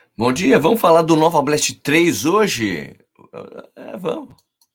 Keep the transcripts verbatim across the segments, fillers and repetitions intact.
Bom dia, vamos falar do Nova Blast três hoje? É, vamos.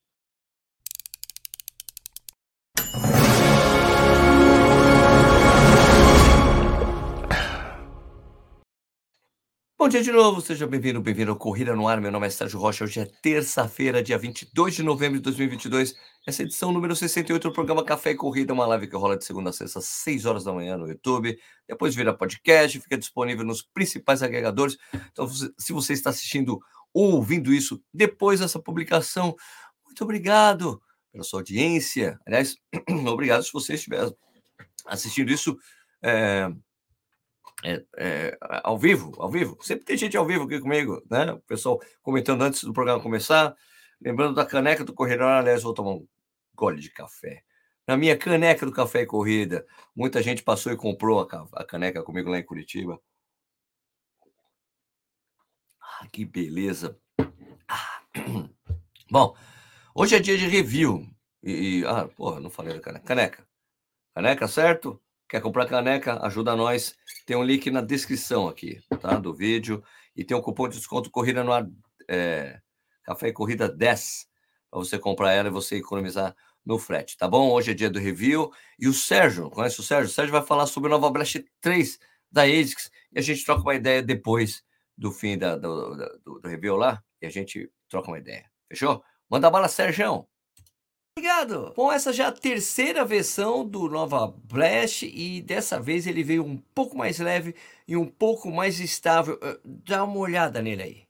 Bom dia de novo, seja bem-vindo, bem-vindo ao Corrida no Ar. Meu nome é Sérgio Rocha. Hoje é terça-feira, dia vinte e dois de novembro de dois mil e vinte e dois. Essa é a edição número sessenta e oito do programa Café e Corrida, uma live que rola de segunda a sexta, às seis horas da manhã no YouTube. Depois vira podcast, fica disponível nos principais agregadores. Então, se você está assistindo ou ouvindo isso depois dessa publicação, muito obrigado pela sua audiência. Aliás, obrigado se você estiver assistindo isso é, é, é, ao vivo, ao vivo. Sempre tem gente ao vivo aqui comigo, né? O pessoal comentando antes do programa começar. Lembrando da caneca do Corredor, aliás, vou tomar um gole de café. Na minha caneca do Café e Corrida, muita gente passou e comprou a, a caneca comigo lá em Curitiba. Ah, que beleza. Ah. Bom, hoje é dia de review. E, e ah, porra, não falei da caneca. Caneca. Caneca, certo? Quer comprar caneca? Ajuda nós. Tem um link na descrição aqui, tá? Do vídeo. E tem um cupom de desconto Corrida no Ar, é, Café e Corrida dez, para você comprar ela e você economizar no frete, tá bom? Hoje é dia do review. E o Sérgio, conhece o Sérgio? O Sérgio vai falar sobre o Nova Blast três da ASICS. E a gente troca uma ideia depois do fim da, do, do, do review lá. E a gente troca uma ideia. Fechou? Manda bala, Sérgio! Obrigado! Bom, essa já é a terceira versão do Nova Blast e dessa vez ele veio um pouco mais leve e um pouco mais estável. Uh, Dá uma olhada nele aí.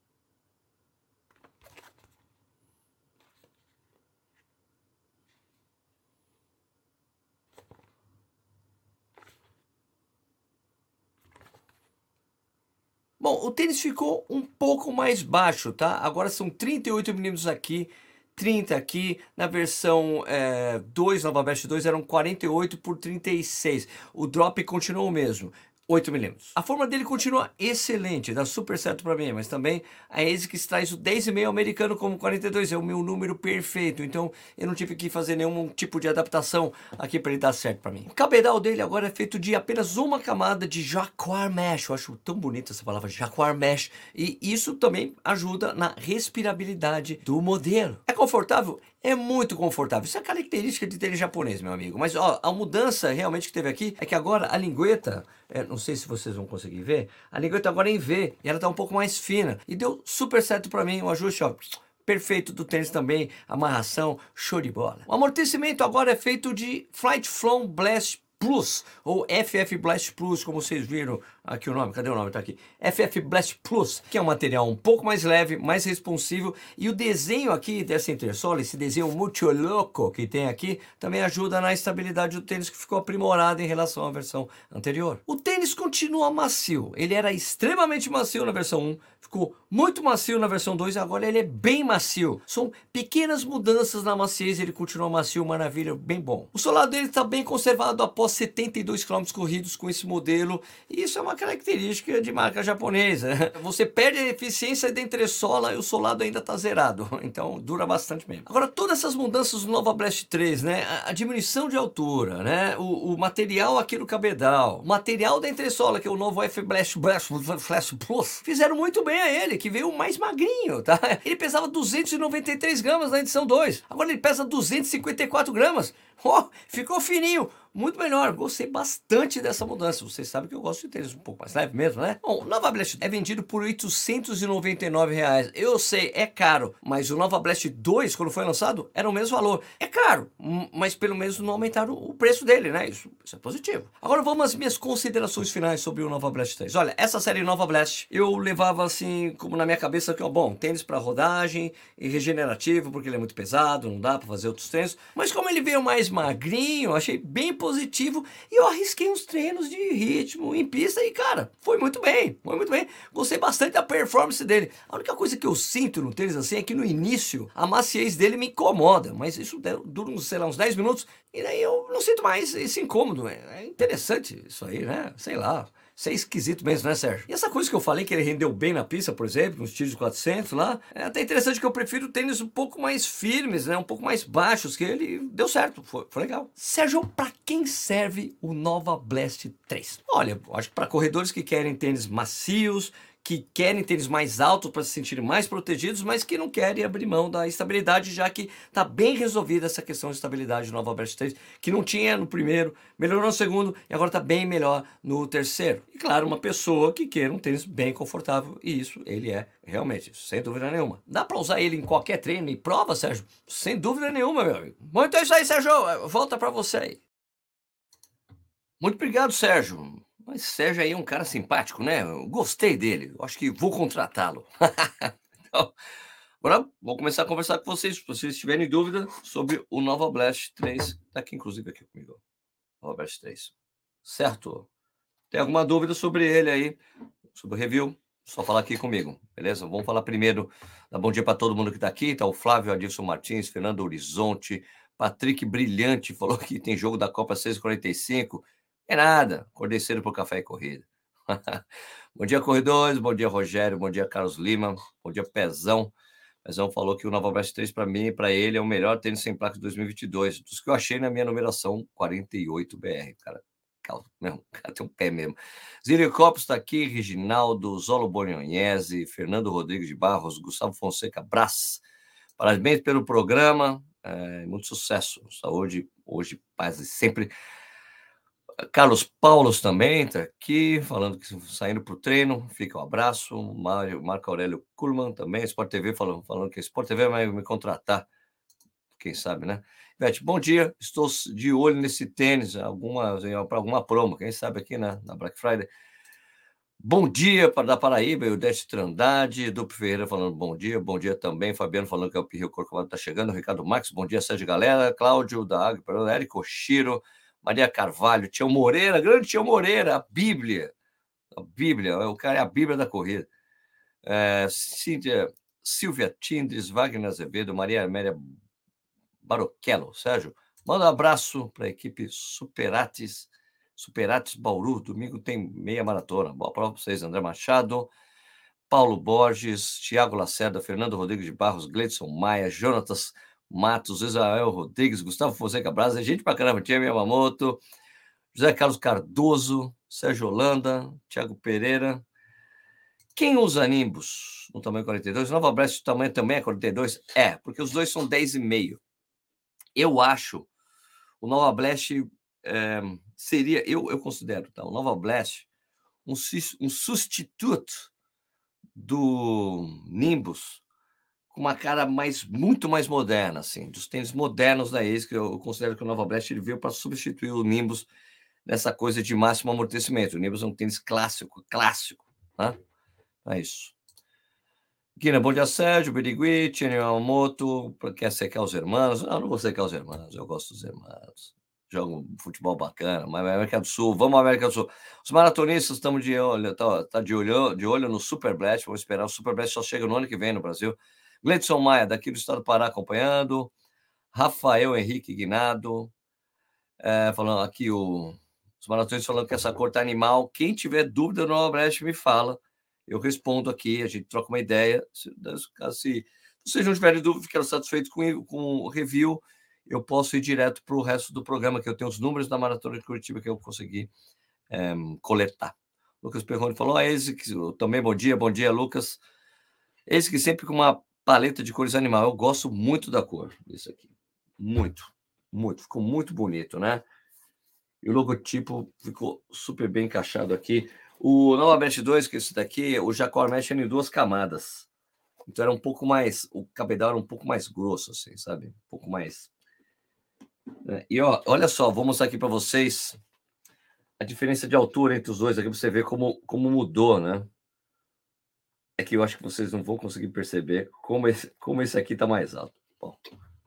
Bom, o tênis ficou um pouco mais baixo, tá? Agora são trinta e oito milímetros aqui, trinta aqui. Na versão é, dois, Nova Blast dois, eram quarenta e oito por trinta e seis. O drop continuou o mesmo, oito milímetros. A forma dele continua excelente, dá super certo para mim, mas também a ASICS traz o dez e meio americano como quarenta e dois, é o meu número perfeito, então eu não tive que fazer nenhum tipo de adaptação aqui para ele dar certo para mim. O cabedal dele agora é feito de apenas uma camada de Jacquard Mesh, eu acho tão bonita essa palavra, Jacquard Mesh, e isso também ajuda na respirabilidade do modelo. É confortável? É muito confortável. Isso é característica de tênis japonês, meu amigo. Mas ó, a mudança realmente que teve aqui é que agora a lingueta, é, não sei se vocês vão conseguir ver, a lingueta agora é em V e ela tá um pouco mais fina. E deu super certo para mim o ajuste, ó. Perfeito do tênis também, amarração, show de bola. O amortecimento agora é feito de Flight Flow Blast Plus, ou F F Blast Plus, como vocês viram aqui o nome, cadê o nome? Tá aqui. F F Blast Plus, que é um material um pouco mais leve, mais responsivo, e o desenho aqui dessa entressola, esse desenho muito louco que tem aqui, também ajuda na estabilidade do tênis, que ficou aprimorado em relação à versão anterior. O tênis continua macio, ele era extremamente macio na versão um, ficou muito macio na versão dois, agora ele é bem macio. São pequenas mudanças na maciez, ele continua macio, maravilha, bem bom. O solado dele está bem conservado após setenta e dois quilômetros corridos com esse modelo, e isso é uma característica de marca japonesa. Você perde a eficiência da entressola e o solado ainda está zerado, então dura bastante mesmo. Agora, todas essas mudanças do Nova Blast três, né, a, a diminuição de altura, né, o, o material aqui no cabedal, o material da entressola, que é o novo F Blast Blast Flash Plus, fizeram muito bem a ele, que veio mais magrinho, tá? Ele pesava duzentos e noventa e três gramas na edição dois, agora ele pesa duzentos e cinquenta e quatro gramas. Oh, ficou fininho, muito melhor. Gostei bastante dessa mudança. Vocês sabem que eu gosto de tênis um pouco mais leve mesmo, né? Bom, o Nova Blast é vendido por oitocentos e noventa e nove reais. Eu sei, é caro, mas o Nova Blast dois, quando foi lançado, era o mesmo valor. É caro, mas pelo menos não aumentaram o preço dele, né? Isso, isso é positivo. Agora vamos às minhas considerações finais sobre o Nova Blast três. Olha, essa série Nova Blast, eu levava assim, como na minha cabeça, que ó, bom, tênis para rodagem e regenerativo, porque ele é muito pesado, não dá para fazer outros treinos. Mas como ele veio mais magrinho, achei bem positivo e eu arrisquei uns treinos de ritmo em pista e, cara, foi muito bem, foi muito bem. Gostei bastante da performance dele. A única coisa que eu sinto no tênis assim é que no início a maciez dele me incomoda, mas isso dura uns, sei lá, uns dez minutos e daí eu não sinto mais esse incômodo. É interessante isso aí, né? Sei lá. Isso é esquisito mesmo, né, Sérgio? E essa coisa que eu falei que ele rendeu bem na pista, por exemplo, nos tiros de quatrocentos lá, é até interessante que eu prefiro tênis um pouco mais firmes, né, um pouco mais baixos, que ele deu certo, foi, foi legal. Sérgio, para quem serve o Nova Blast três? Olha, eu acho que para corredores que querem tênis macios, que querem tênis mais altos para se sentirem mais protegidos, mas que não querem abrir mão da estabilidade, já que está bem resolvida essa questão de estabilidade do Nova Blast três, que não tinha no primeiro, melhorou no segundo e agora está bem melhor no terceiro. E claro, uma pessoa que queira um tênis bem confortável, e isso ele é realmente, sem dúvida nenhuma. Dá para usar ele em qualquer treino e prova, Sérgio? Sem dúvida nenhuma, meu amigo. Bom, então é isso aí, Sérgio. Volta para você aí. Muito obrigado, Sérgio. Mas Sérgio aí é um cara simpático, né? Eu gostei dele. Eu acho que vou contratá-lo. Então, agora vou começar a conversar com vocês. Se vocês tiverem dúvida sobre o Nova Blast três, tá aqui inclusive aqui comigo. Nova Blast três. Certo? Tem alguma dúvida sobre ele aí, sobre o review? Só falar aqui comigo, beleza? Vamos falar primeiro. Dá bom dia para todo mundo que está aqui. Tá o Flávio Adilson Martins, Fernando Horizonte, Patrick Brilhante falou que tem jogo da Copa seis e quarenta e cinco. É nada, acordei cedo por café e corrida. Bom dia, corredores. Bom dia, Rogério. Bom dia, Carlos Lima. Bom dia, Pezão. Pezão falou que o Nova Blast três, para mim e para ele, é o melhor tênis sem placa de dois mil e vinte e dois. Dos que eu achei na minha numeração quarenta e oito B R, cara. Não, cara, tem um pé mesmo. Zílio Copos está aqui, Reginaldo, Zolo Bolognese, Fernando Rodrigues de Barros, Gustavo Fonseca Brás. Parabéns pelo programa. É, muito sucesso. Saúde, hoje, paz e sempre. Carlos Paulos também está aqui, falando que saindo para o treino. Fica um abraço. Mário, Marco Aurélio Kurman também. Sport T V falando, falando que a Sport T V vai me contratar. Quem sabe, né? Ivete, bom dia. Estou de olho nesse tênis, alguma, para alguma promo, quem sabe aqui na, na Black Friday. Bom dia para da Paraíba, Eudete Trindade, Duplo Ferreira falando bom dia, bom dia também, Fabiano falando que é o Rio Corcovado está chegando, Ricardo Marques, bom dia, Sérgio Galera, Cláudio da Água, Érico Oshiro, Maria Carvalho, Tião Moreira, grande Tião Moreira, a Bíblia, a Bíblia, o cara é a Bíblia da corrida. É, Cíntia, Silvia Tindres, Wagner Azevedo, Maria Amélia Barochello, Sérgio, manda um abraço para a equipe Superates, Superates Bauru, domingo tem meia maratona. Boa prova para vocês, André Machado, Paulo Borges, Tiago Lacerda, Fernando Rodrigues de Barros, Gleidson Maia, Jonatas Matos, Israel Rodrigues, Gustavo Fonseca Braz, gente pra caramba, Tia Yamamoto, José Carlos Cardoso, Sérgio Holanda, Tiago Pereira. Quem usa Nimbus no tamanho quarenta e dois? Nova Blast, o tamanho também é quarenta e dois? É, porque os dois são dez e meio. Eu acho o Nova Blast é, seria, eu, eu considero, tá, o Nova Blast um, um substituto do Nimbus com uma cara mais, muito mais moderna, assim, dos tênis modernos da Ace, que eu considero que o Nova Blast ele veio para substituir o Nimbus nessa coisa de máximo amortecimento. O Nimbus é um tênis clássico, clássico, né? É isso. Guina, bom dia, Sérgio, Birigui, Tiene Yamamoto, quer secar os irmãos? Não, não vou secar os irmãos, eu gosto dos irmãos. Jogo futebol bacana, mas América do Sul, vamos à América do Sul. Os maratonistas estamos de olho, tá, tá de, olho, de olho no Super Blast, vamos esperar. O Super Blast só chega no ano que vem no Brasil. Gleidson Maia, daqui do estado do Pará, acompanhando. Rafael Henrique Guinado, é, falando aqui, o, os maratonistas falando que essa cor tá animal. Quem tiver dúvida no Nova Blast, me fala. Eu respondo aqui, a gente troca uma ideia. Se, se vocês não tiverem dúvida, ficaram satisfeitos com, com o review, eu posso ir direto para o resto do programa, que eu tenho os números da Maratona de Curitiba que eu consegui é, coletar. Lucas Perrone falou, ah, esse que, também bom dia, bom dia, Lucas. Esse que sempre com uma paleta de cores animal. Eu gosto muito da cor desse aqui. Muito, muito. Ficou muito bonito, né? E o logotipo ficou super bem encaixado aqui. O Nova Blast dois, que é esse daqui, o Jacor Mesh era em duas camadas. Então era um pouco mais, o cabedal era um pouco mais grosso, assim, sabe? Um pouco mais. E ó, olha só, vou mostrar aqui para vocês a diferença de altura entre os dois aqui, para você ver como, como mudou, né? É que eu acho que vocês não vão conseguir perceber como esse, como esse aqui tá mais alto. Bom,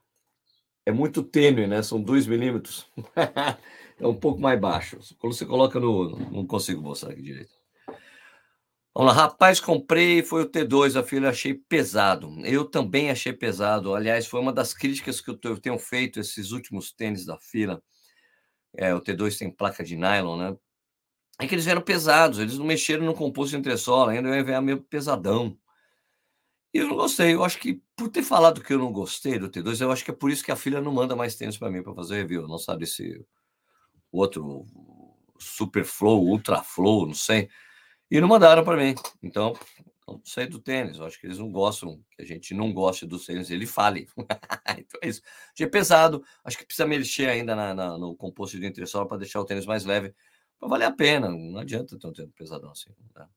é muito tênue, né? São dois milímetros. É um pouco mais baixo. Quando você coloca no... Não consigo mostrar aqui direito. Vamos lá. Rapaz, comprei, foi o T dois, a filha, achei pesado. Eu também achei pesado. Aliás, foi uma das críticas que eu tenho feito esses últimos tênis da fila. É, o T dois tem placa de nylon, né? É que eles vieram pesados, eles não mexeram no composto de entressola, ainda ia ver meio pesadão. E eu não gostei, eu acho que por ter falado que eu não gostei do T dois, eu acho que é por isso que a filha não manda mais tênis para mim para fazer review, não sabe se o outro Super Flow, Ultra Flow, não sei. E não mandaram para mim. Então, não sei do tênis. Eu acho que eles não gostam, que a gente não goste dos tênis, ele fale. Então é isso. Achei pesado. Acho que precisa mexer ainda na, na- no composto de entressola para deixar o tênis mais leve. Para valer a pena. Não adianta ter um tênis pesadão assim. Não dá.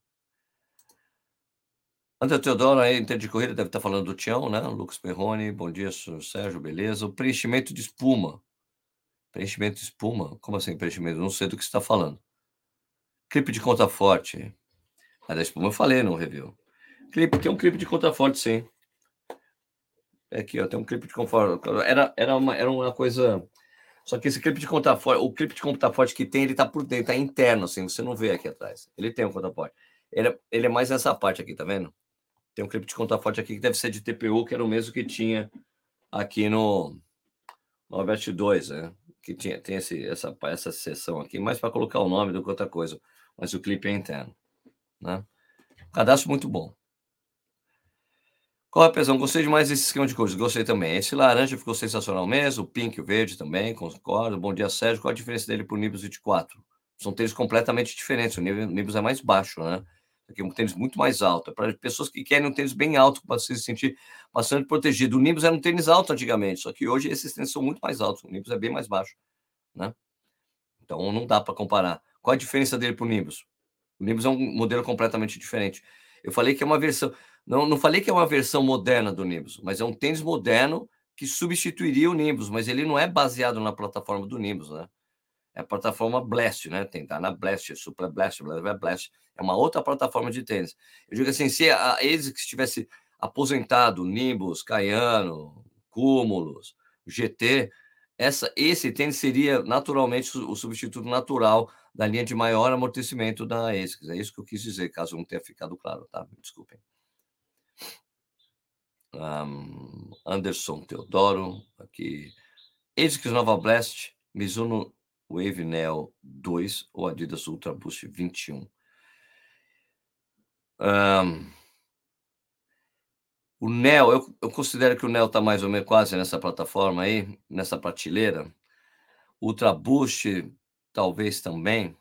André Teodoro, aí, Inter de Corrida, deve estar falando do Tião, né? Lucas Perrone, bom dia, senhor Sérgio, beleza. O preenchimento de espuma. Preenchimento de espuma? Como assim preenchimento? Não sei do que você está falando. Clipe de conta forte. A da espuma eu falei no review. Clipe, tem um clipe de conta forte, sim. É aqui, ó, tem um clipe de conforto. Era, era, uma, era uma coisa. Só que esse clipe de conta forte, o clipe de conta forte que tem, ele tá por dentro, tá interno, assim, você não vê aqui atrás. Ele tem um conta forte. Ele, é- ele é mais nessa parte aqui, tá vendo? Tem um clipe de conta forte aqui que deve ser de T P U, que era o mesmo que tinha aqui no, no Avest dois, né? Que tinha, tem esse, essa, essa seção aqui, mais para colocar o nome do que outra coisa. Mas o clipe é interno, né? Cadastro muito bom. Qual é, Pezão? Gostei demais desse esquema de cores. Gostei também. Esse laranja ficou sensacional mesmo. O pink e o verde também, concordo. Bom dia, Sérgio. Qual a diferença dele para o Nibus vinte e quatro? São tênis completamente diferentes. O Nibus é mais baixo, né? Aqui é um tênis muito mais alto. É para pessoas que querem um tênis bem alto para se sentir bastante protegido. O Nibus era um tênis alto antigamente, só que hoje esses tênis são muito mais altos. O Nibus é bem mais baixo, né? Então não dá para comparar. Qual a diferença dele para o Nimbus? O Nimbus é um modelo completamente diferente. Eu falei que é uma versão. Não, não falei que é uma versão moderna do Nimbus, mas é um tênis moderno que substituiria o Nimbus, mas ele não é baseado na plataforma do Nimbus, né? É a plataforma Blast, né? Tem tá na Blast, Super Blast, Blast, Blast. É uma outra plataforma de tênis. Eu digo assim, se a ASICS tivesse aposentado Nimbus, Cayano, Cúmulos, G T, essa, esse tênis seria naturalmente o substituto natural da linha de maior amortecimento da ASICS. É isso que eu quis dizer, caso não tenha ficado claro, tá? Me desculpem. Um, Anderson Teodoro, aqui. ASICS Nova Blast, Mizuno Wave Neo dois ou Adidas Ultra Boost vinte e um. Um, o Neo, eu, eu considero que o Neo está mais ou menos quase nessa plataforma aí, nessa prateleira. Ultra Boost, talvez também,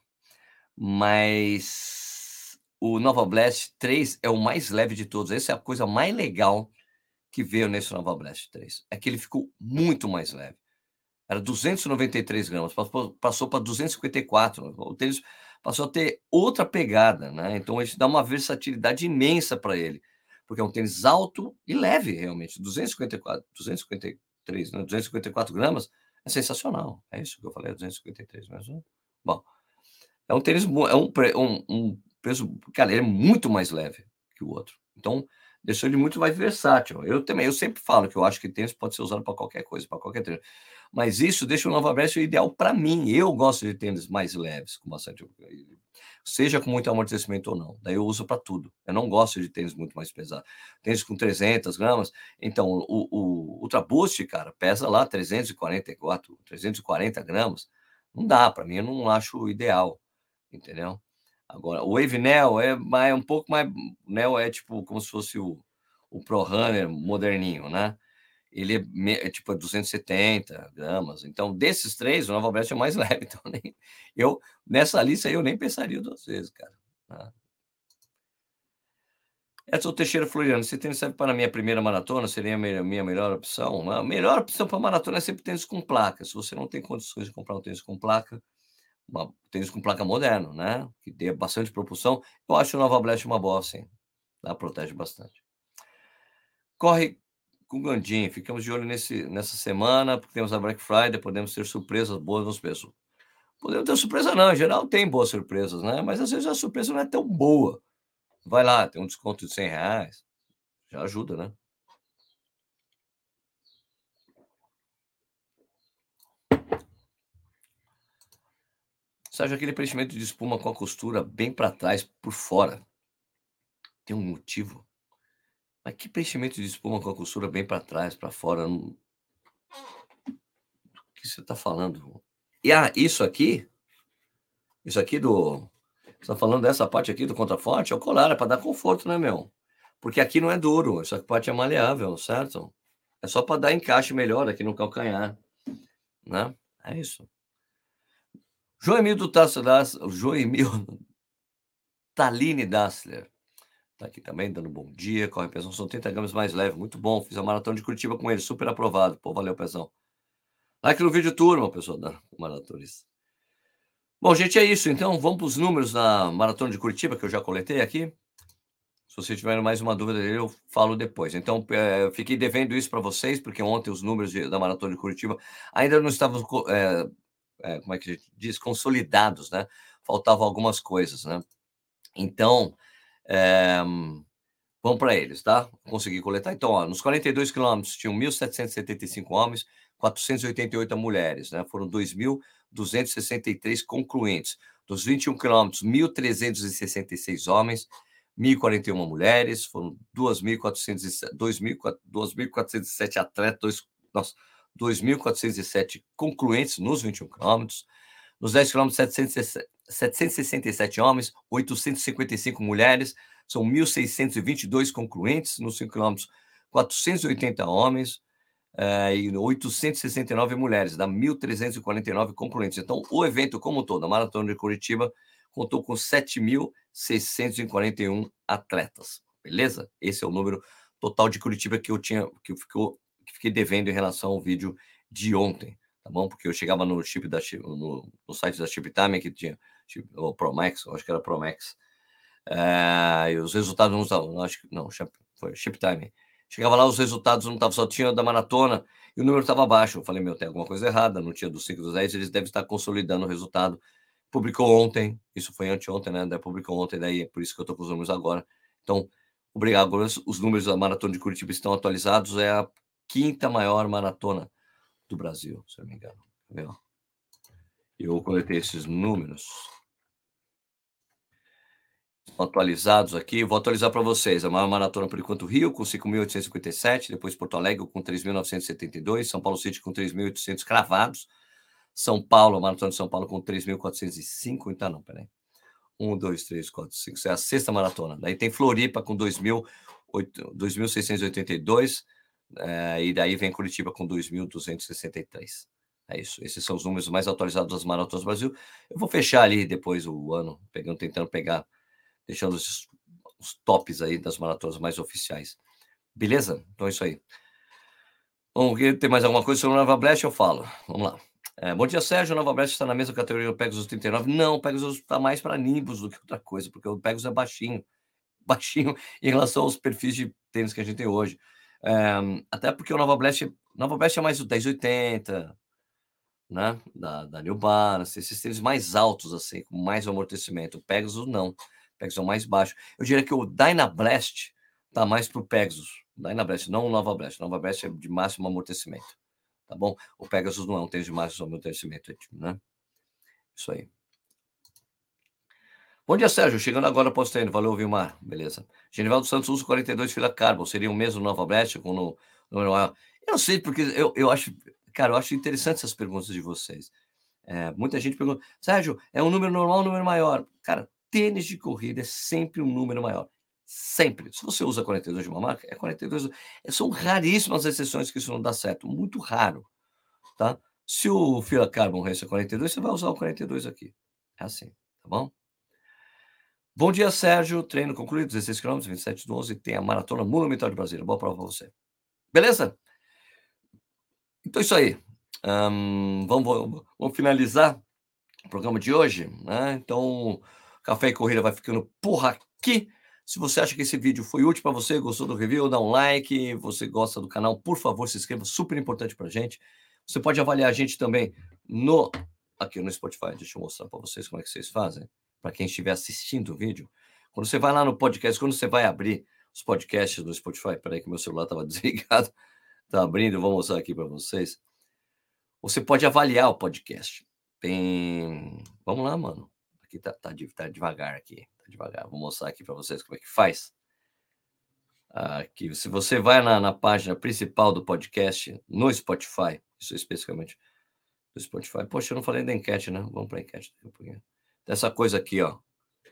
mas o Nova Blast três é o mais leve de todos. Essa é a coisa mais legal que veio nesse Nova Blast três. É que ele ficou muito mais leve. Era duzentos e noventa e três gramas, passou, passou para duzentos e cinquenta e quatro. O tênis passou a ter outra pegada, né? Então a gente dá uma versatilidade imensa para ele, porque é um tênis alto e leve, realmente. duzentos e cinquenta e quatro, duzentos e cinquenta e três, né? duzentos e cinquenta e quatro gramas é sensacional. É isso que eu falei, duzentos e cinquenta e três mesmo. Bom, é um tênis, é um, um, um peso, cara, ele é muito mais leve que o outro. Então, deixou ele muito mais versátil. Eu também, eu sempre falo que eu acho que tênis pode ser usado para qualquer coisa, para qualquer tênis. Mas isso deixa o Nova Blast ideal para mim. Eu gosto de tênis mais leves, com bastante, seja com muito amortecimento ou não. Daí eu uso para tudo. Eu não gosto de tênis muito mais pesado. Tênis com trezentas gramas. Então, o, o Ultra Boost, cara, pesa lá trezentos e quarenta e quatro, trezentos e quarenta gramas. Não dá, para mim, eu não acho ideal, entendeu? Agora, o Wave Neo é, mais, um pouco mais. Neo é tipo como se fosse o, o Pro Runner moderninho, né? Ele é, me- é tipo duzentos e setenta gramas. Então, desses três, o Nova Blast é mais leve. Então, nem, eu, nessa lista aí, eu nem pensaria duas vezes, cara. Tá? Edson Teixeira Floriano, se tênis serve para a minha primeira maratona, seria a minha, minha melhor opção? A melhor opção para maratona é sempre tênis com placa. Se você não tem condições de comprar um tênis com placa, uma tênis com placa moderno, né? Que dê bastante propulsão, eu acho o Nova Blast uma boa, sim. Ela protege bastante. Corre com Gandinho, ficamos de olho nesse, nessa semana, porque temos a Black Friday, podemos ter surpresas boas nos preços. Podemos ter surpresa não, em geral tem boas surpresas, né? Mas às vezes a surpresa não é tão boa. Vai lá, tem um desconto de cem reais, já ajuda, né? Sabe aquele preenchimento de espuma com a costura bem para trás, por fora? Tem um motivo? Mas que preenchimento de espuma com a costura bem para trás, para fora? Não... O que você está falando? E ah, isso aqui, isso aqui do... Você tá falando dessa parte aqui do contraforte? É o colar, é para dar conforto, né, meu? Porque aqui não é duro, essa parte é maleável, certo? É só para dar encaixe melhor aqui no calcanhar, né? É isso. Joemil do Tasso das... Joemil... Taline Dassler tá aqui também, dando bom dia. Corre, Pezão, são trinta gramas mais leve. Muito bom, fiz a maratona de Curitiba com ele, super aprovado. Pô, valeu, Pezão. Like no vídeo turma, pessoal da maratones. Bom, gente, é isso. Então, vamos para os números da maratona de Curitiba, que eu já coletei aqui. Se vocês tiverem mais uma dúvida, eu falo depois. Então, é, eu fiquei devendo isso para vocês, porque ontem os números de, da maratona de Curitiba ainda não estavam, é, é, como é que a gente diz, consolidados, né? Faltavam algumas coisas, né? Então, é, vamos para eles, tá? Consegui coletar. Então, ó, nos quarenta e dois quilômetros tinham mil setecentos e setenta e cinco homens, quatrocentas e oitenta e oito mulheres, né? Foram dois mil duzentos e sessenta e três concluintes. Dos vinte e um quilômetros, mil trezentos e sessenta e seis homens, mil e quarenta e uma mulheres, foram dois mil quatrocentos e sete atletas, dois, nossa, dois mil quatrocentos e sete concluintes nos vinte e um quilômetros. Nos dez quilômetros, setecentos e sessenta e sete homens, oitocentos e cinquenta e cinco mulheres, são mil seiscentos e vinte e dois concluintes. Nos cinco quilômetros, quatrocentos e oitenta homens uh, e oitocentos e sessenta e nove mulheres, dá mil trezentos e quarenta e nove concluintes. Então, o evento como um todo, a Maratona de Curitiba, contou com sete mil seiscentos e quarenta e um atletas, beleza? Esse é o número total de Curitiba que eu tinha, que, ficou, que fiquei devendo em relação ao vídeo de ontem, tá bom? Porque eu chegava no chip da no, no site da Chiptime, que tinha o Promax, acho que era Promax, é, e os resultados não estavam, acho que não, foi Chiptime. Chegava lá, os resultados não estavam, só tinha da maratona e o número estava baixo. Eu falei, meu, tem alguma coisa errada, não tinha dos cinco dos dez, eles devem estar consolidando o resultado. Publicou ontem, isso foi anteontem, né? Daí publicou ontem, daí é por isso que eu estou com os números agora. Então, obrigado. Agora, os números da maratona de Curitiba estão atualizados, é a quinta maior maratona do Brasil, se eu não me engano. Entendeu? Eu coletei esses números atualizados aqui, vou atualizar para vocês. A maior maratona, por enquanto, Rio, com cinco mil oitocentos e cinquenta e sete, depois Porto Alegre, com três mil novecentos e setenta e dois, São Paulo City, com três mil e oitocentos cravados, São Paulo, a maratona de São Paulo, com três mil quatrocentos e cinco, então não, peraí. um, dois, três, quatro, cinco, seis, é a sexta maratona. Daí tem Floripa, com dois mil seiscentos e oitenta e dois, é, e daí vem Curitiba, com dois mil duzentos e sessenta e três. É isso, esses são os números mais atualizados das maratonas do Brasil. Eu vou fechar ali depois o ano, pegando, tentando pegar, deixando os, os tops aí das maratonas mais oficiais. Beleza? Então é isso aí. Bom, tem mais alguma coisa sobre o Nova Blast? Eu falo. Vamos lá. É, bom dia, Sérgio. O Nova Blast está na mesma categoria do Pegasus trinta e nove? Não, o Pegasus está mais para Nimbus do que outra coisa, porque o Pegasus é baixinho. Baixinho em relação aos perfis de tênis que a gente tem hoje. É, até porque o Nova Blast, Nova Blast é mais o dez oitenta, né? Da, da New Balance, esses tênis mais altos, assim, com mais amortecimento. O Pegasus não. O Pegasus é o mais baixo. Eu diria que o Dynablast tá mais pro Pegasus. Dynablast, não o Nova Blast. O Nova Blast é de máximo amortecimento, tá bom? O Pegasus não é um tênis de máximo amortecimento, né? Isso aí. Bom dia, Sérgio. Chegando agora pós-treino. Valeu, Vilmar. Beleza. Genivaldo Santos usa quarenta e dois fila Carbon. Seria o mesmo Nova Blast com no, no, no Eu não sei, porque eu, eu acho... Cara, eu acho interessante essas perguntas de vocês. É, muita gente pergunta, Sérgio, é um número normal ou um número maior? Cara, tênis de corrida é sempre um número maior. Sempre. Se você usa quarenta e dois de uma marca, é quarenta e dois. São raríssimas as exceções que isso não dá certo. Muito raro, tá? Se o fila Carbon Race é quarenta e dois, você vai usar o quarenta e dois aqui. É assim, tá bom? Bom dia, Sérgio. Treino concluído, dezesseis quilômetros, vinte e sete do onze. Tem a Maratona Monumental de Brasília. Boa prova para você. Beleza? Então é isso aí. Um, vamos, vamos, vamos finalizar o programa de hoje, né? Então, Café e Corrida vai ficando por aqui. Se você acha que esse vídeo foi útil para você, gostou do review, dá um like. Você gosta do canal, por favor, se inscreva, super importante para a gente. Você pode avaliar a gente também no aqui no Spotify. Deixa eu mostrar para vocês como é que vocês fazem, para quem estiver assistindo o vídeo. Quando você vai lá no podcast, quando você vai abrir os podcasts do Spotify, peraí que meu celular estava desligado, tá abrindo, eu vou mostrar aqui para vocês. Você pode avaliar o podcast. Tem... Vamos lá, mano. Aqui tá, tá, tá devagar aqui. Tá devagar. Vou mostrar aqui para vocês como é que faz. Aqui, se você vai na, na página principal do podcast, no Spotify, isso especificamente do Spotify. Poxa, eu não falei da enquete, né? Vamos para a enquete. Dessa coisa aqui, ó.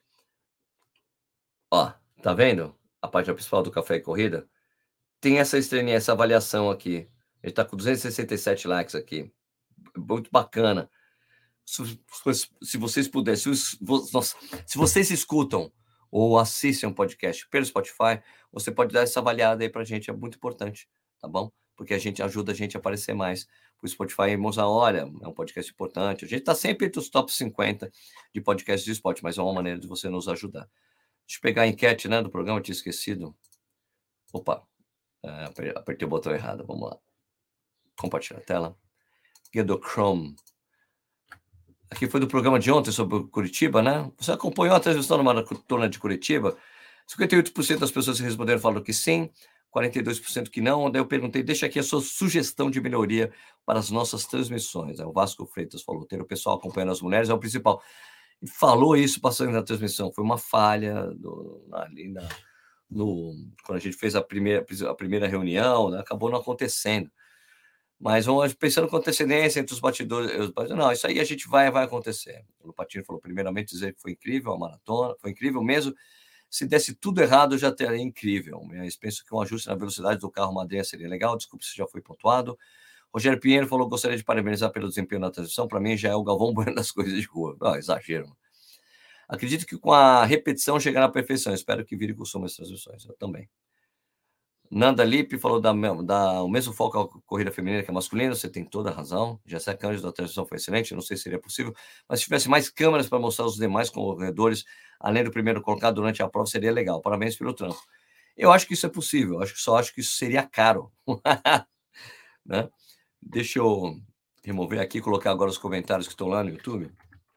Ó, tá vendo? A página principal do Café e Corrida. Tem essa estrelinha, essa avaliação aqui. Ele tá com duzentos e sessenta e sete likes aqui. Muito bacana. Se, se vocês pudessem, se, nossa, se vocês escutam ou assistem um podcast pelo Spotify, você pode dar essa avaliada aí pra gente, é muito importante, tá bom? Porque a gente ajuda a gente a aparecer mais. O Spotify mostra, olha, é um podcast importante. A gente tá sempre entre os top cinquenta de podcasts de esporte, mas é uma maneira de você nos ajudar. Deixa eu pegar a enquete, né, do programa, eu tinha esquecido. Opa, é, aper- apertei o botão errado, vamos lá. Compartilhar a tela. Guia do Chrome. Aqui foi do programa de ontem sobre o Curitiba, né? Você acompanhou a transmissão da maratona de Curitiba? cinquenta e oito por cento das pessoas que responderam falaram que sim, quarenta e dois por cento que não. Daí eu perguntei, deixa aqui a sua sugestão de melhoria para as nossas transmissões. Aí o Vasco Freitas falou, ter o pessoal acompanhando as mulheres é o principal. E falou isso passando na transmissão. Foi uma falha do, ali na, no, quando a gente fez a primeira, a primeira reunião, né? Acabou não acontecendo. Mas vamos pensando com antecedência entre os batidores. Os batidores não, isso aí a gente vai, vai acontecer. O Patino falou, primeiramente, dizer que foi incrível a maratona, foi incrível mesmo. Se desse tudo errado, já teria incrível. Mas penso que um ajuste na velocidade do carro Madeira seria legal. Desculpe se já foi pontuado. Rogério Pinheiro falou, gostaria de parabenizar pelo desempenho na transição. Para mim, já é o Galvão Bueno das coisas de rua. Não, exagero. Acredito que com a repetição chegará à perfeição. Espero que vire costume as transmissões. Eu também. Nanda Lippe falou da, da, o mesmo foco à corrida feminina que a masculina, você tem toda a razão. Jessé Cândido, a transmissão foi excelente, não sei se seria possível, mas se tivesse mais câmeras para mostrar os demais corredores, além do primeiro colocado durante a prova, seria legal. Parabéns pelo trampo. Eu acho que isso é possível, acho que só acho que isso seria caro. Né? Deixa eu remover aqui e colocar agora os comentários que estão lá no YouTube.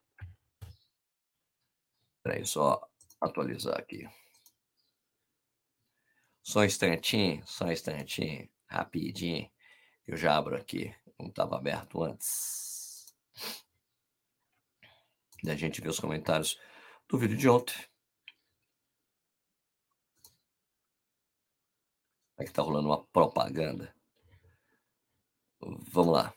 Espera aí, só atualizar aqui. Só um instantinho, só um instantinho, rapidinho. Eu já abro aqui, não estava aberto antes. E a gente vê os comentários do vídeo de ontem. Aqui está rolando uma propaganda. Vamos lá.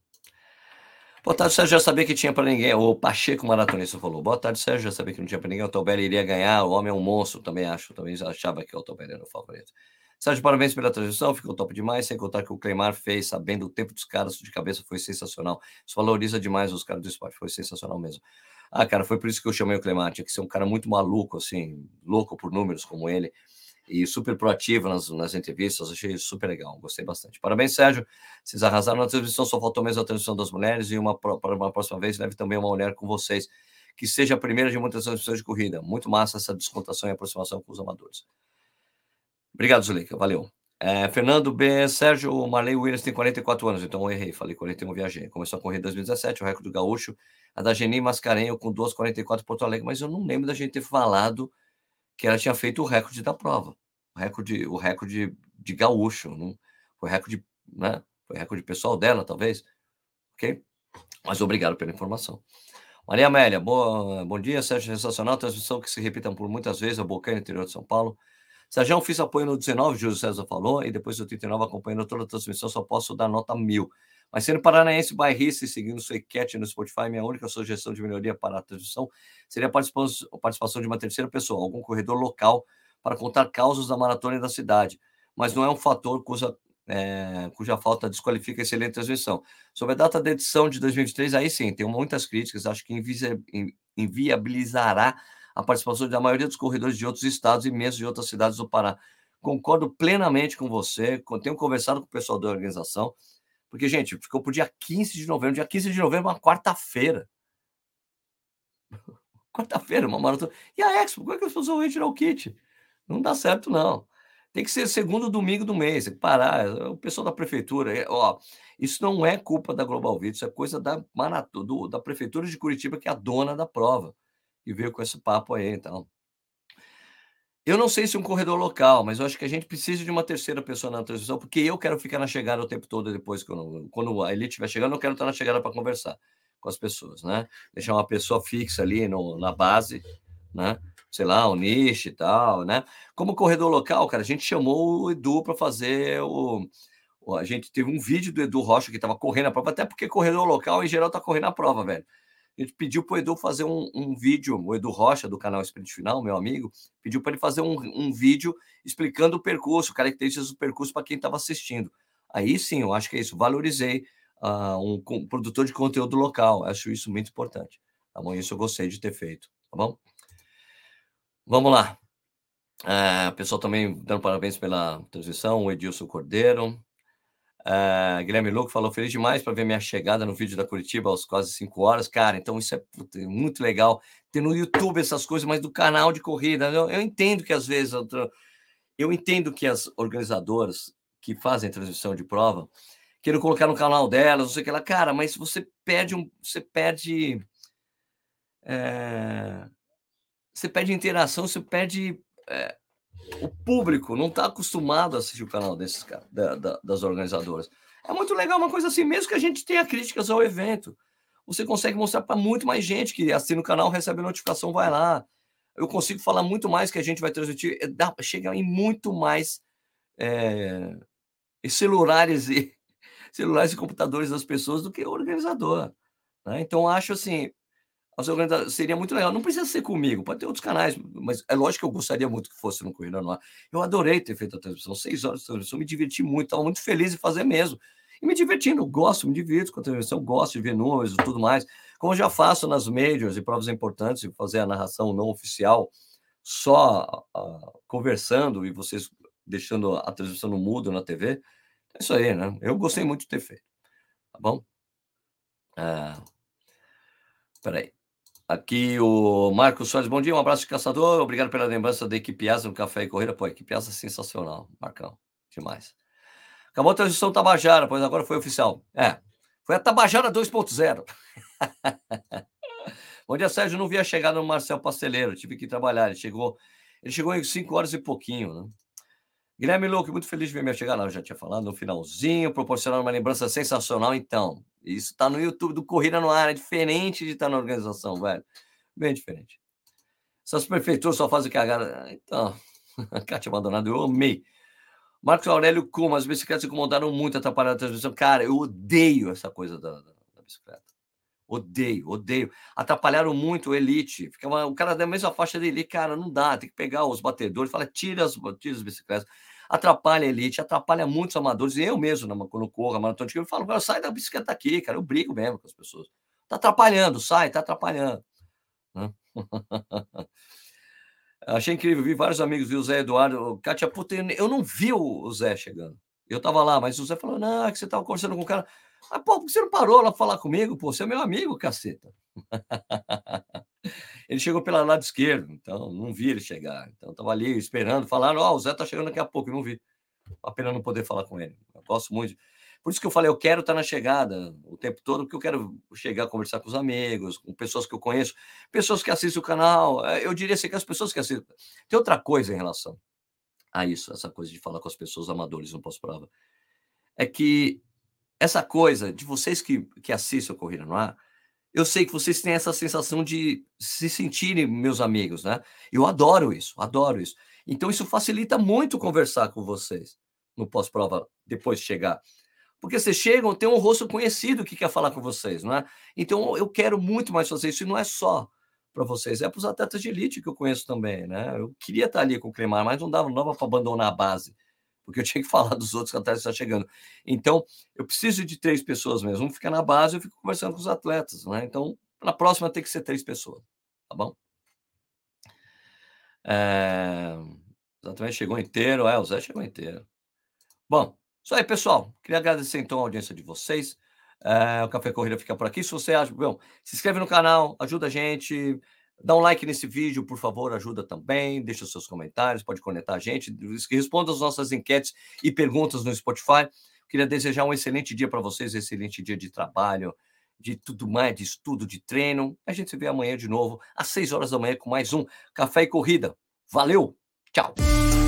Boa tarde, Sérgio. Já sabia que tinha para ninguém. O Pacheco Maratonista falou. Boa tarde, Sérgio. Já sabia que não tinha para ninguém. O Tobelli iria ganhar. O homem é um monstro. Também acho. Também achava que o Tobelli era o favorito. Sérgio, parabéns pela transmissão. Ficou top demais. Sem contar que o Cleimar fez, sabendo o tempo dos caras de cabeça, foi sensacional. Isso valoriza demais os caras do esporte. Foi sensacional mesmo. Ah, cara, foi por isso que eu chamei o Cleimar. Tinha que ser um cara muito maluco, assim, louco por números como ele. E super proativo nas, nas entrevistas, achei super legal, gostei bastante. Parabéns, Sérgio, vocês arrasaram na transmissão, só faltou mesmo a transmissão das mulheres e uma, para uma próxima vez leve também uma mulher com vocês, que seja a primeira de muitas transmissões de corrida. Muito massa essa descontração e aproximação com os amadores. Obrigado, Zuleika, valeu. É, Fernando B. Sérgio, Marley Williams tem quarenta e quatro anos, então eu errei, falei quarenta e um, viajei. Começou a correr em dois mil e dezessete, o recorde do gaúcho, a da Geni Mascarenho com duas quarenta e quatro Porto Alegre, mas eu não lembro da gente ter falado que ela tinha feito o recorde da prova. O recorde, o recorde de gaúcho, não foi recorde, né? Foi recorde pessoal dela, talvez. Ok? Mas obrigado pela informação. Maria Amélia, boa, bom dia, Sérgio, sensacional. Transmissão que se repita por muitas vezes, a Bocaina, interior de São Paulo. Sérgio, fiz apoio no dezenove, Júlio César falou, e depois do trinta e nove, acompanhando toda a transmissão, só posso dar nota mil. Mas sendo paranaense, bairrista e seguindo sua enquete no Spotify, minha única sugestão de melhoria para a transmissão seria a participação de uma terceira pessoa, algum corredor local, para contar causas da maratona e da cidade. Mas não é um fator cuja, é, cuja falta desqualifica a excelente transmissão. Sobre a data da edição de dois mil e vinte e três, aí sim, tenho muitas críticas, acho que inviabilizará a participação da maioria dos corredores de outros estados e mesmo de outras cidades do Pará. Concordo plenamente com você, tenho conversado com o pessoal da organização, porque, gente, ficou para o dia quinze de novembro. Dia quinze de novembro é uma quarta-feira. Quarta-feira, uma maratona. E a Expo, como é que as pessoas vão retirar o kit? Não dá certo, não. Tem que ser segundo domingo do mês, tem que parar. O pessoal da prefeitura, é, ó, isso não é culpa da Global Vida, isso é coisa da, maratona, do, da prefeitura de Curitiba, que é a dona da prova, e veio com esse papo aí, então. Eu não sei se um corredor local, mas eu acho que a gente precisa de uma terceira pessoa na transmissão, porque eu quero ficar na chegada o tempo todo depois, quando, quando a elite estiver chegando, eu quero estar na chegada para conversar com as pessoas, né? Deixar uma pessoa fixa ali no, na base, né? Sei lá, o nicho e tal, né? Como corredor local, cara, a gente chamou o Edu para fazer o, o. A gente teve um vídeo do Edu Rocha que estava correndo a prova, até porque corredor local, em geral, tá correndo a prova, velho. A gente pediu para o Edu fazer um, um vídeo, o Edu Rocha, do canal Sprint Final, meu amigo, pediu para ele fazer um, um vídeo explicando o percurso, características do percurso para quem estava assistindo. Aí sim, eu acho que é isso. Valorizei uh, um, um produtor de conteúdo local. Acho isso muito importante. Tá bom? Isso eu gostei de ter feito. Tá bom? Vamos lá. Eh, o pessoal também dando parabéns pela transmissão, o Edilson Cordeiro. Eh, Guilherme Luco falou: "Feliz demais para ver minha chegada no vídeo da Curitiba aos quase cinco horas". Cara, então isso é, puta, muito legal ter no YouTube essas coisas, mas do canal de corrida. Eu eu entendo que às vezes eu tô eu entendo que as organizadoras que fazem transmissão de prova queiram colocar no canal delas, não sei o que lá. Cara, mas você perde um você perde, eh, você perde interação, você perde, eh, o público não está acostumado a assistir o canal desses caras, da da das organizadoras. É muito legal uma coisa assim, mesmo que a gente tenha críticas ao evento, você consegue mostrar para muito mais gente que assina o canal, recebe a notificação, vai lá. Eu consigo falar muito mais que a gente vai transmitir, eh, dá chega em muito mais, eh, celulares e celulares e computadores das pessoas do que o organizador, né. Então acho assim, as organiza seria muito legal, não precisa ser comigo, pode ter outros canais, mas é lógico que eu gostaria muito que fosse no Corrida no Ar. Eu adorei ter feito a transmissão, seis horas de transmissão, me diverti muito, estava muito feliz em fazer mesmo. E me divertindo, gosto, me divirto com a transmissão, gosto de ver números e tudo mais, como eu já faço nas majors e provas importantes, fazer a narração não oficial, só, ah, conversando e vocês deixando a transmissão no mudo na T V. É isso aí, né, eu gostei muito de ter feito, tá bom? Ah, espera aí. Aqui o Marcos Soares, bom dia, um abraço de caçador, obrigado pela lembrança da equipe Asa no Café e Corrida. Pô, a equipe Asa é sensacional, Marcão, demais. Acabou a transição Tabajara, pois agora foi oficial. É, foi a Tabajara dois ponto zero. Bom dia, Sérgio, não vi a chegada do Marcel Pasteleiro, tive que trabalhar, ele chegou ele chegou em cinco horas e pouquinho, né. Guilherme Louco, muito feliz de ver minha chegada, eu já tinha falado, no finalzinho, proporcionando uma lembrança sensacional. Então, isso tá no YouTube do Corrida no Ar, é diferente de estar na organização, velho, bem diferente. Essas prefeituras só fazem cagada. Então, a Cátia Maldonado, eu amei. Marcos Aurélio Kuma, as bicicletas incomodaram muito, atrapalharam a transmissão. Cara, eu odeio essa coisa da, da, da bicicleta. Odeio, odeio. Atrapalharam muito o Elite. Ficava, o cara da mesma faixa da Elite, cara, não dá, tem que pegar os batedores, fala, tira as, tira as bicicletas. Atrapalha a Elite, atrapalha muitos amadores. E eu mesmo, né, quando corro a maratona de eu falo, cara, sai da bicicleta aqui, cara. Eu brigo mesmo com as pessoas. Tá atrapalhando, sai, tá atrapalhando. Né? Achei incrível, vi vários amigos, vi o Zé Eduardo, Kátia, puta, eu não vi o Zé chegando. Eu estava lá, mas o Zé falou: "Não, é que você estava conversando com o cara". "Ah, pô, por que você não parou lá pra falar comigo, pô? Você é meu amigo, caceta". Ele chegou pelo lado esquerdo, então não vi ele chegar. Então estava ali esperando, falaram: "Ó, o Zé tá chegando daqui a pouco", eu não vi. Uma pena não poder falar com ele. Eu gosto muito. Por isso que eu falei, eu quero estar na chegada o tempo todo, porque eu quero chegar, conversar com os amigos, com pessoas que eu conheço, pessoas que assistem o canal. Eh, eu diria assim que as pessoas que assistem. Tem outra coisa em relação a isso, essa coisa de falar com as pessoas amadores no pós-prova, é que essa coisa de vocês que que assistem a Corrida no Ar, eu sei que vocês têm essa sensação de se sentirem meus amigos, né. Eu adoro isso, adoro isso. Então isso facilita muito conversar com vocês no pós-prova, depois de chegar. Porque vocês chegam, tem um rosto conhecido que quer falar com vocês, não é? Então eu quero muito mais fazer isso, e não é só para vocês, é para os atletas de elite que eu conheço também, né. Eu queria estar ali com o Clemar, mas não dava, não dava para abandonar a base, porque eu tinha que falar dos outros atletas que estão chegando. Então, eu preciso de três pessoas mesmo, um fica na base, eu fico conversando com os atletas, né. Então, na próxima tem que ser três pessoas, tá bom? Eh, exatamente, chegou inteiro, é, o Zé chegou inteiro. Bom, isso aí, pessoal. Queria agradecer, então, a audiência de vocês. Eh, o Café Corrida fica por aqui. Se você acha, bom, se inscreve no canal, ajuda a gente. Dá um like nesse vídeo, por favor, ajuda também. Deixa os seus comentários, pode conectar a gente. Responda as nossas enquetes e perguntas no Spotify. Queria desejar um excelente dia para vocês, um excelente dia de trabalho, de tudo mais, de estudo, de treino. A gente se vê amanhã de novo, às seis horas da manhã, com mais um Café e Corrida. Valeu, tchau!